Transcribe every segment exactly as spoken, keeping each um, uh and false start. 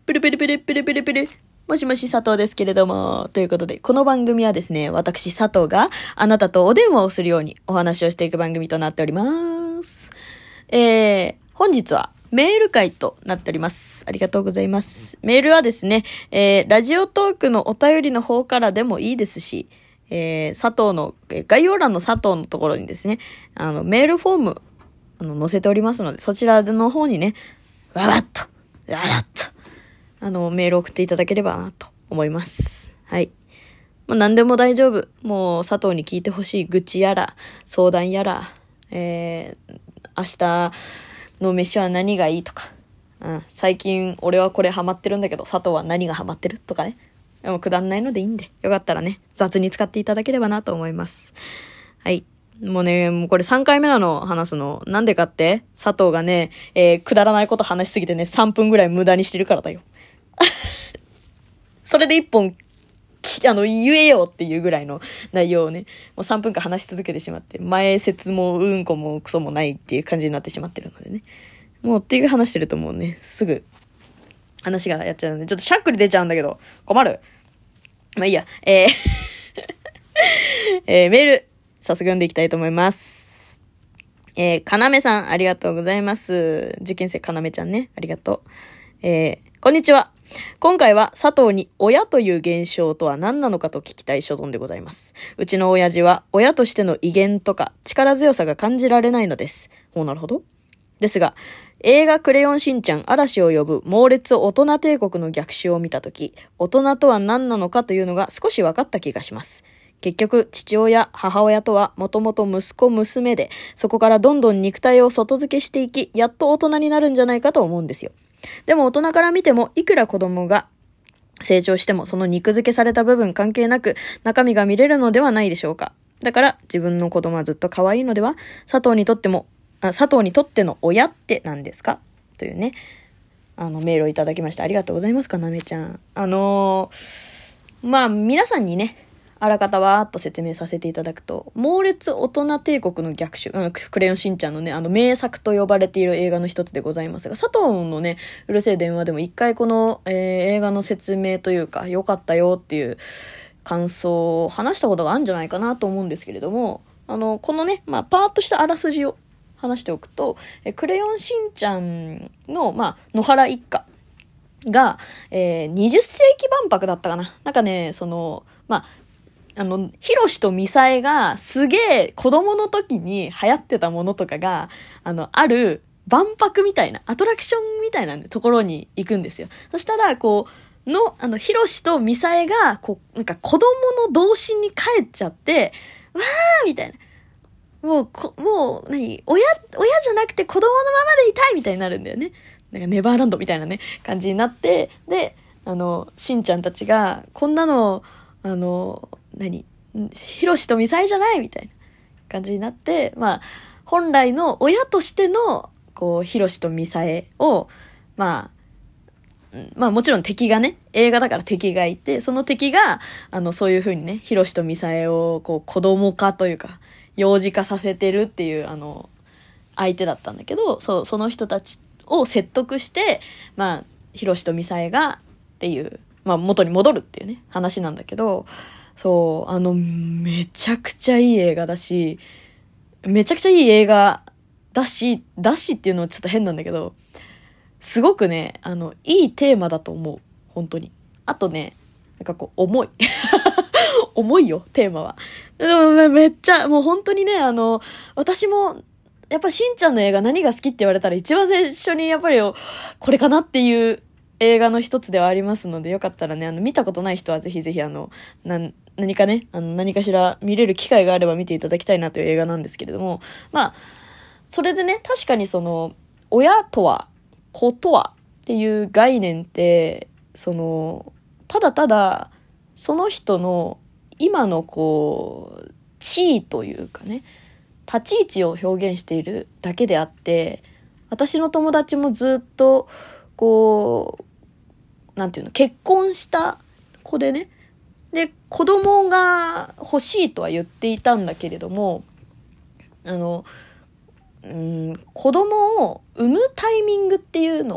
プルプルプルプルプルプル。もしもし佐藤ですけれども。ということで、この番組はですね、私佐藤があなたとお電話をするようにお話をしていく番組となっております。えー、本日はメール会となっております。ありがとうございます。メールはですね、えー、ラジオトークのお便りの方からでもいいですし、えー、佐藤の、概要欄の佐藤のところにですね、あの、メールフォーム、あの、載せておりますので、そちらの方にね、わわっと、わらっと、あの、メール送っていただければなと思います。はい。まあ、何でも大丈夫。もう、佐藤に聞いてほしい愚痴やら、相談やら、えー、明日の飯は何がいいとか、うん、最近俺はこれハマってるんだけど、佐藤は何がハマってるとかね。でもくだんないのでいいんで、よかったらね、雑に使っていただければなと思います。はい。もうね、もうこれさんかいめなの話すの。なんでかって佐藤がね、えー、くだらないこと話しすぎてね、さんぷんぐらい無駄にしてるからだよ。それでいっぽん、あの、言えよっていうぐらいの内容をね、もうさんぷんかん話し続けてしまって、前説もうんこもクソもないっていう感じになってしまってるのでね。もうっていう話してるともうね、すぐ話がやっちゃうので、ちょっとしゃっくり出ちゃうんだけど、困る。まあいいや、えー、えー、メール、早速読んでいきたいと思います。えー、かなめさん、ありがとうございます。受験生かなめちゃんね、ありがとう。えー、こんにちは。今回は佐藤に親という現象とは何なのかと聞きたい所存でございます。うちの親父は親としての威厳とか力強さが感じられないのです。おー、なるほど。ですが、映画クレヨンしんちゃん嵐を呼ぶ猛烈大人帝国の逆襲を見たとき、大人とは何なのかというのが少し分かった気がします。結局、父親、母親とはもともと息子、娘で、そこからどんどん肉体を外付けしていき、やっと大人になるんじゃないかと思うんですよ。でも大人から見ても、いくら子供が成長してもその肉付けされた部分関係なく中身が見れるのではないでしょうか。だから自分の子供はずっと可愛いのでは、佐藤にとってもあ佐藤にとっての親って何ですかというね、あのメールをいただきました。ありがとうございますかなめちゃん。あのー、まあ皆さんにね、あらかたわーっと説明させていただくと、猛烈大人帝国の逆襲、クレヨンしんちゃんのね、あの名作と呼ばれている映画の一つでございますが、佐藤のね、うるせえ電話でも一回この、えー、映画の説明というか、良かったよっていう感想を話したことがあるんじゃないかなと思うんですけれども、あの、このね、まあ、パーッとしたあらすじを話しておくと、えクレヨンしんちゃんの、まあ、野原一家が、えー、にじゅっせいき万博だったかな。なんかね、その、まあ、あの、ヒロシとミサエがすげえ子供の時に流行ってたものとかが、あの、ある万博みたいな、アトラクションみたいなところに行くんですよ。そしたら、こう、の、あの、ヒロシとミサエが、こう、なんか子供の童心に帰っちゃって、わーみたいな。もう、こ、もう、何親、親じゃなくて子供のままでいたいみたいになるんだよね。なんかネバーランドみたいなね、感じになって、で、あの、しんちゃんたちが、こんなの、あの、何ヒロシとミサイじゃないみたいな感じになって、まあ、本来の親としての、こう、ヒロシとミサエを、まあ、まあもちろん敵がね、映画だから敵がいて、その敵が、あの、そういう風にね、ヒロシとミサエを、こう、子供化というか、幼児化させてるっていう、あの、相手だったんだけど、そう、その人たちを説得して、まあ、ヒロシとミサエが、っていう、まあ元に戻るっていうね、話なんだけど、そう、あの、めちゃくちゃいい映画だし、めちゃくちゃいい映画だし、だしっていうのはちょっと変なんだけど、すごくね、あの、いいテーマだと思う。本当に。あとね、なんかこう、重い。重いよ、テーマは。でもめっちゃ、もう本当にね、あの、私も、やっぱしんちゃんの映画何が好きって言われたら一番最初にやっぱりこれかなっていう映画の一つではありますので、よかったらね、あの、見たことない人はぜひぜひあの、なん、何かね、あの、何かしら見れる機会があれば見ていただきたいなという映画なんですけれども、まあ、それでね、確かにその、親とは、子とはっていう概念って、その、ただただ、その人の今のこう、地位というかね、立ち位置を表現しているだけであって、私の友達もずっと、こう、なんていうの、結婚した子でね、で、子供が欲しいとは言っていたんだけれども、あの、うん、子供を産むタイミングっていうの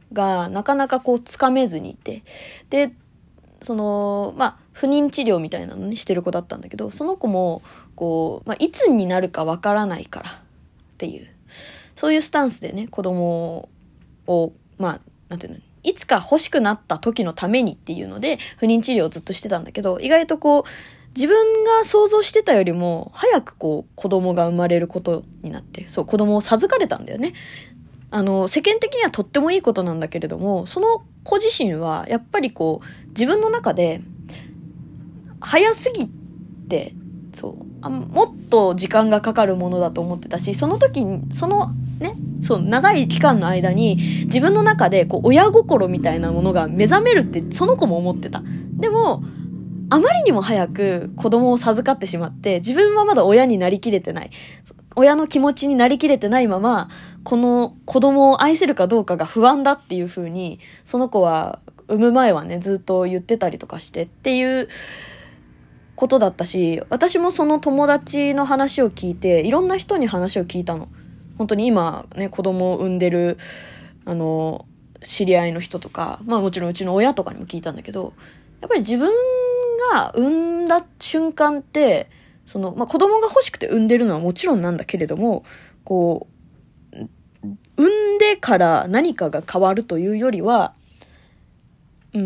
がなかなかこうつかめずにいて、でそのまあ不妊治療みたいなのねしてる子だったんだけど、その子もこう、まあ、いつになるかわからないからっていう、そういうスタンスでね子供をまあなんていうの、いつか欲しくなった時のためにっていうので不妊治療をずっとしてたんだけど、意外とこう自分が想像してたよりも早くこう子供が生まれることになって、そう子供を授かれたんだよね。あの世間的にはとってもいいことなんだけれども、その子自身はやっぱりこう自分の中で早すぎて、そうあもっと時間がかかるものだと思ってたし、その時にそのねそう長い期間の間に自分の中でこう親心みたいなものが目覚めるってその子も思ってた。でもあまりにも早く子供を授かってしまって、自分はまだ親になりきれてない、親の気持ちになりきれてないままこの子供を愛せるかどうかが不安だっていう風にその子は産む前はねずっと言ってたりとかしてっていうことだったし、私もその友達の話を聞いていろんな人に話を聞いたの。本当に今ね子供を産んでるあの知り合いの人とか、まあもちろんうちの親とかにも聞いたんだけど、やっぱり自分が産んだ瞬間ってその、まあ、子供が欲しくて産んでるのはもちろんなんだけれども、こう産んでから何かが変わるというよりは、うん、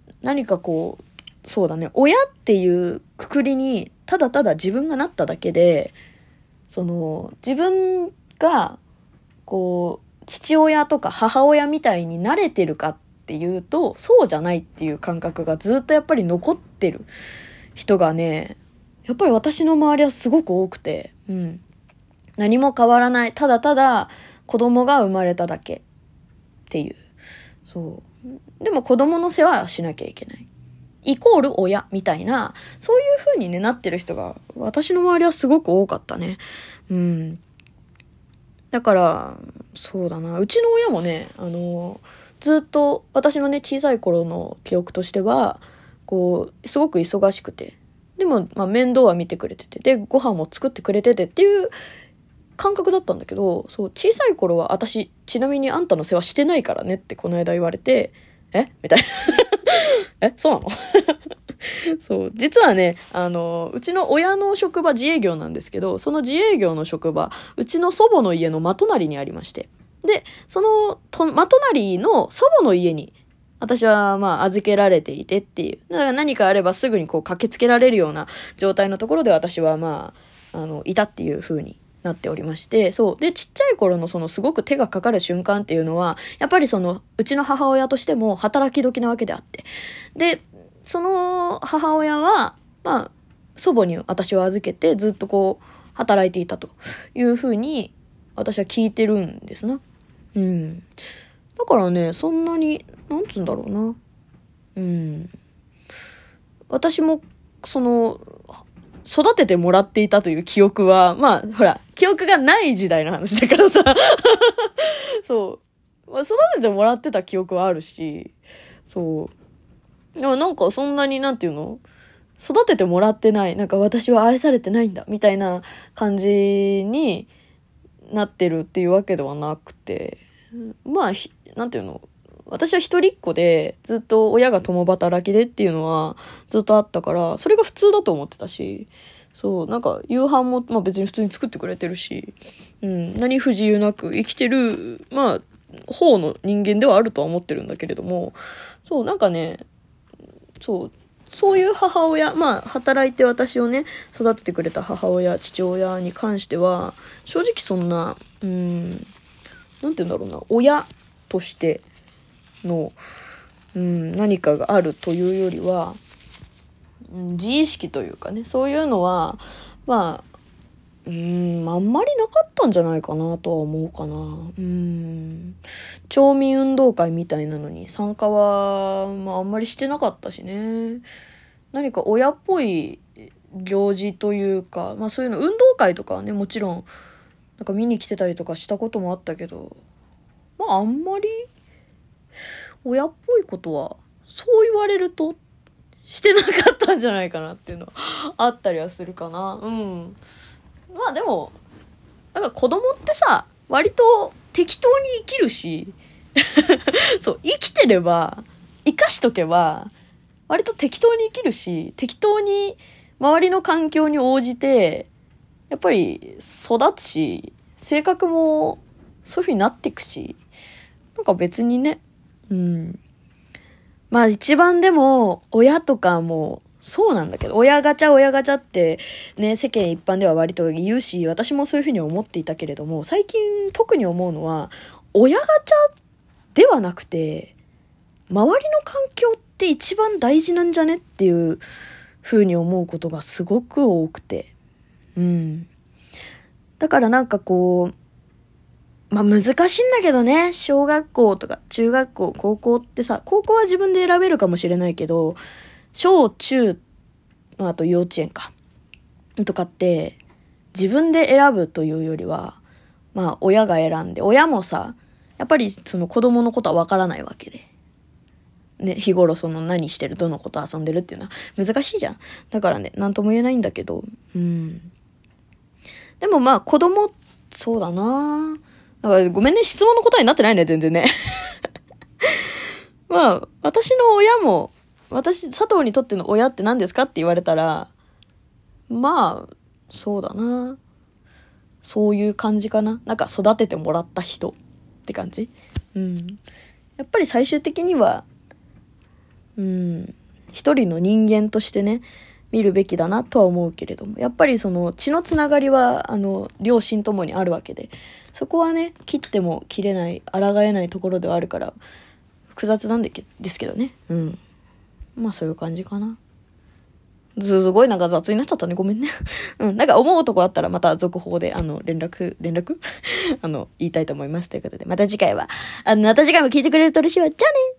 何かこうそうだね、親っていうくくりにただただ自分がなっただけで、その自分がこう父親とか母親みたいになれてるかっていうとそうじゃないっていう感覚がずっとやっぱり残ってる人がね、やっぱり私の周りはすごく多くて、うん、何も変わらない、ただただ子供が生まれただけっていう、そうでも子供の世話はしなきゃいけないイコール親みたいな、そういう風にねなってる人が私の周りはすごく多かったね。うん。だからそうだな、うちの親もね、あのずっと私のね小さい頃の記憶としてはこうすごく忙しくて、でもまあ面倒は見てくれてて、でご飯も作ってくれててっていう感覚だったんだけど、そう小さい頃は私ちなみにあんたの世話してないからねってこの間言われて、えみたいなえそうなのそう実はね、あのうちの親の職場自営業なんですけど、その自営業の職場うちの祖母の家の真隣にありまして、でそのと真隣の祖母の家に私はまあ預けられていてっていう、だから何かあればすぐにこう駆けつけられるような状態のところで私はまああのいたっていう風になっておりまして、そうでちっちゃい頃のそのすごく手がかかる瞬間っていうのはやっぱりそのうちの母親としても働き時なわけであって、でその母親はまあ祖母に私を預けてずっとこう働いていたという風に私は聞いてるんですな。うん。だからね、そんなになんつうんだろうな。うん。私もその育ててもらっていたという記憶は、まあほら記憶がない時代の話だからさそう、まあ、育ててもらってた記憶はあるし、そうでもなんかそんなになんていうの、育ててもらってない、なんか私は愛されてないんだみたいな感じになってるっていうわけではなくて、まあなんていうの、私は一人っ子でずっと親が共働きでっていうのはずっとあったから、それが普通だと思ってたし、そうなんか夕飯もまあ別に普通に作ってくれてるし、うん、何不自由なく生きてるまあ方の人間ではあるとは思ってるんだけれども、そうなんかね、そうそういう母親、まあ働いて私をね育ててくれた母親父親に関しては正直そんな、うーんなんて言うんだろうな、親としての、うん、何かがあるというよりは、うん、自意識というかね、そういうのはまあうーんあんまりなかったんじゃないかなとは思うかな。うん、町民運動会みたいなのに参加は、まあ、あんまりしてなかったしね。何か親っぽい行事というか、まあそういうの運動会とかはねもちろんなんか見に来てたりとかしたこともあったけど、まああんまり親っぽいことはそう言われるとしてなかったんじゃないかなっていうのはあったりはするかな。うん。まあでも、だから子供ってさ、割と適当に生きるし、 そう、生きてれば、生かしとけば、割と適当に生きるし、適当に周りの環境に応じて、やっぱり育つし、性格もそういう風になっていくし、なんか別にね、うん。まあ一番でも、親とかもそうなんだけど、親ガチャ親ガチャってね、世間一般では割と言うし、私もそういう風に思っていたけれども、最近特に思うのは、親ガチャではなくて、周りの環境って一番大事なんじゃねっていう風に思うことがすごく多くて。うん。だからなんかこう、まあ難しいんだけどね、小学校とか中学校、高校ってさ、高校は自分で選べるかもしれないけど、小中、あと幼稚園か、とかって自分で選ぶというよりは、まあ親が選んで、親もさ、やっぱりその子供のことはわからないわけで。ね、日頃その何してる、どの子と遊んでるっていうのは難しいじゃん。だからね、なんとも言えないんだけど、うん。でもまあ子供、そうだなだからごめんね、質問の答えになってないね、全然ね。まあ、私の親も、私、佐藤にとっての親って何ですかって言われたら、まあ、そうだなそういう感じかな。なんか育ててもらった人って感じ。うん。やっぱり最終的には、うん、一人の人間としてね、見るべきだなとは思うけれども、やっぱりその血のつながりは、あの、両親ともにあるわけで、そこはね、切っても切れない、抗えないところではあるから、複雑なんでけですけどね。うん。まあそういう感じかな。すごいなんか雑になっちゃったね。ごめんね。うん。なんか思うとこあったらまた続報で、あの、連絡、連絡あの、言いたいと思います。ということで、また次回は、あの、また次回も聞いてくれると嬉しいわ。じゃあね